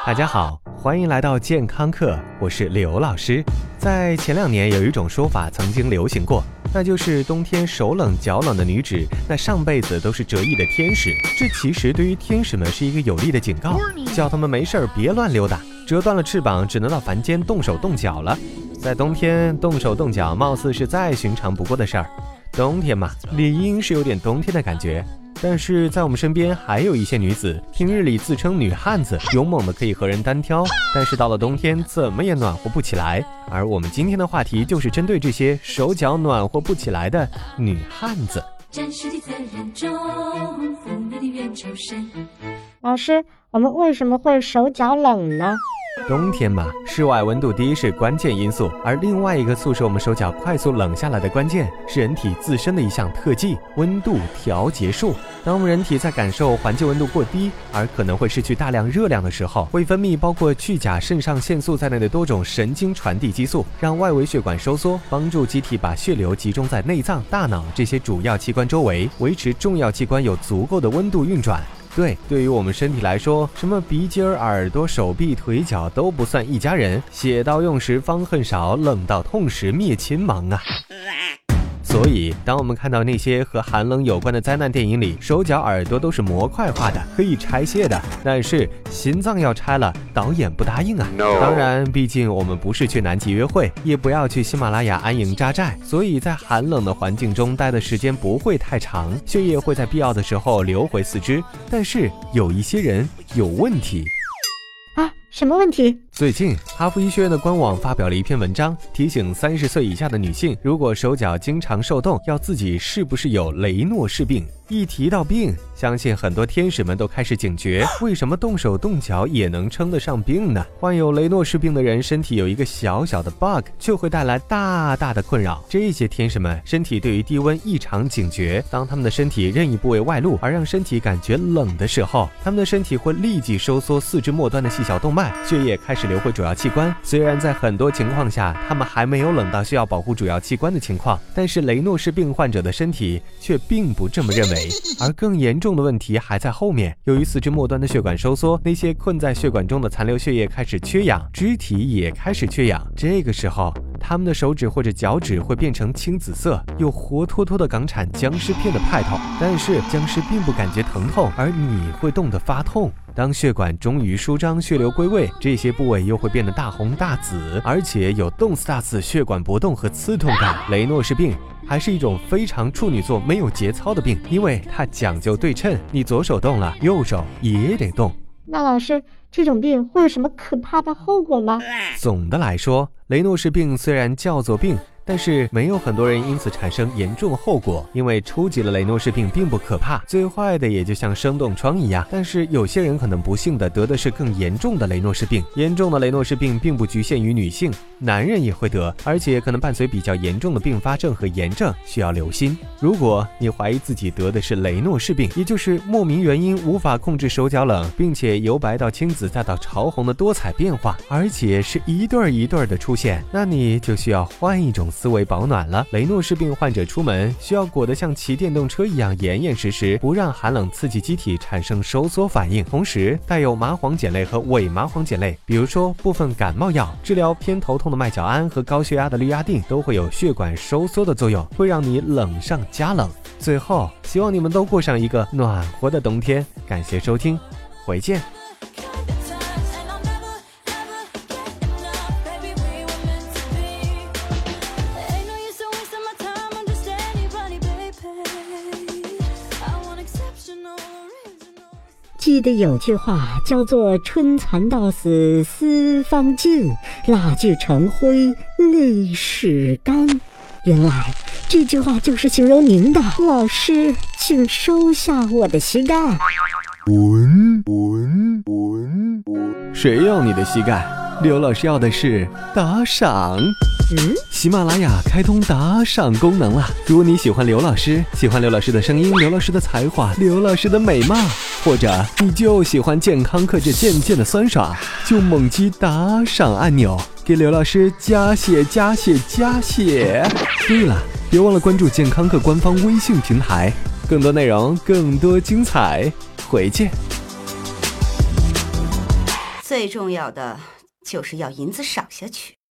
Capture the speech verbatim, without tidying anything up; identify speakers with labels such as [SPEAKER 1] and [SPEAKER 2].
[SPEAKER 1] 大家好，欢迎来到健康课，我是刘老师。在前两年有一种说法曾经流行过，那就是冬天手冷脚冷的女子，那上辈子都是折翼的天使。这其实对于天使们是一个有力的警告，叫他们没事儿别乱溜达，折断了翅膀只能到凡间动手动脚了。在冬天动手动脚貌似是再寻常不过的事儿，冬天嘛，理应是有点冬天的感觉。但是在我们身边还有一些女子，平日里自称女汉子，勇猛的可以和人单挑，但是到了冬天怎么也暖和不起来。而我们今天的话题就是针对这些手脚暖和不起来的女汉子。战士的责任重，妇女的冤仇深。
[SPEAKER 2] 老师，我们为什么会手脚冷呢？
[SPEAKER 1] 冬天嘛，室外温度低是关键因素，而另外一个促使我们手脚快速冷下来的关键是人体自身的一项特技——温度调节术。当我们人体在感受环境温度过低而可能会失去大量热量的时候，会分泌包括去甲肾上腺素在内的多种神经传递激素，让外围血管收缩，帮助机体把血流集中在内脏、大脑这些主要器官周围，维持重要器官有足够的温度运转。对，对于我们身体来说，什么鼻尖、耳朵、手臂、腿脚都不算一家人。写到用时方恨少，冷到痛时灭亲忙啊！所以当我们看到那些和寒冷有关的灾难电影里，手脚耳朵都是模块化的，可以拆卸的，但是心脏要拆了，导演不答应啊。No. 当然毕竟我们不是去南极约会，也不要去喜马拉雅安营扎寨，所以在寒冷的环境中待的时间不会太长，血液会在必要的时候流回四肢。但是有一些人有问题
[SPEAKER 2] 啊，什么问题？
[SPEAKER 1] 最近哈佛医学院的官网发表了一篇文章，提醒三十岁以下的女性，如果手脚经常受冻，要自己是不是有雷诺氏病。一提到病，相信很多天使们都开始警觉，为什么动手动脚也能称得上病呢？患有雷诺氏病的人身体有一个小小的 bug， 却会带来大大的困扰。这些天使们身体对于低温异常警觉，当他们的身体任意部位外露而让身体感觉冷的时候，他们的身体会立即收缩四肢末端的细小动脉，血液开始流回主要器官。虽然在很多情况下他们还没有冷到需要保护主要器官的情况，但是雷诺氏病患者的身体却并不这么认为。而更严重的问题还在后面，由于四肢末端的血管收缩，那些困在血管中的残留血液开始缺氧，肢体也开始缺氧。这个时候他们的手指或者脚趾会变成青紫色，有活脱脱的港产僵尸片的派头。但是僵尸并不感觉疼痛，而你会冻得发痛。当血管终于舒张，血流归位，这些部位又会变得大红大紫，而且有冻死大死、血管搏动和刺痛感。雷诺氏病还是一种非常处女座没有节操的病，因为它讲究对称，你左手动了，右手也得动。
[SPEAKER 2] 那老师，这种病会有什么可怕的后果吗？
[SPEAKER 1] 总的来说，雷诺氏病虽然叫做病，但是没有很多人因此产生严重后果，因为初级的雷诺氏病并不可怕，最坏的也就像生冻疮一样。但是有些人可能不幸的得的是更严重的雷诺氏病。严重的雷诺氏病并不局限于女性，男人也会得，而且可能伴随比较严重的并发症和炎症，需要留心。如果你怀疑自己得的是雷诺氏病，也就是莫名原因无法控制手脚冷，并且由白到青紫再到潮红的多彩变化，而且是一对一对的出现，那你就需要换一种思维保暖了。雷诺氏病患者出门需要裹得像骑电动车一样严严实实，不让寒冷刺激机体产生收缩反应，同时带有麻黄碱类和伪麻黄碱类，比如说部分感冒药、治疗偏头痛的麦角胺和高血压的氯压定都会有血管收缩的作用，会让你冷上加冷。最后希望你们都过上一个暖和的冬天。感谢收听，回见。
[SPEAKER 2] 记得有句话叫做春蚕到死丝方尽，蜡炬成灰泪始干。原来这句话就是形容您的。老师，请收下我的膝盖。
[SPEAKER 1] 闻闻闻，谁要你的膝盖？刘老师要的是打赏。嗯，喜马拉雅开通打赏功能了。如果你喜欢刘老师，喜欢刘老师的声音，刘老师的才华，刘老师的美貌，或者你就喜欢健康课这渐渐的酸爽，就猛击打赏按钮，给刘老师加血加血加血。对了，别忘了关注健康课官方微信平台，更多内容，更多精彩，回见。
[SPEAKER 3] 最重要的就是要银子少下去。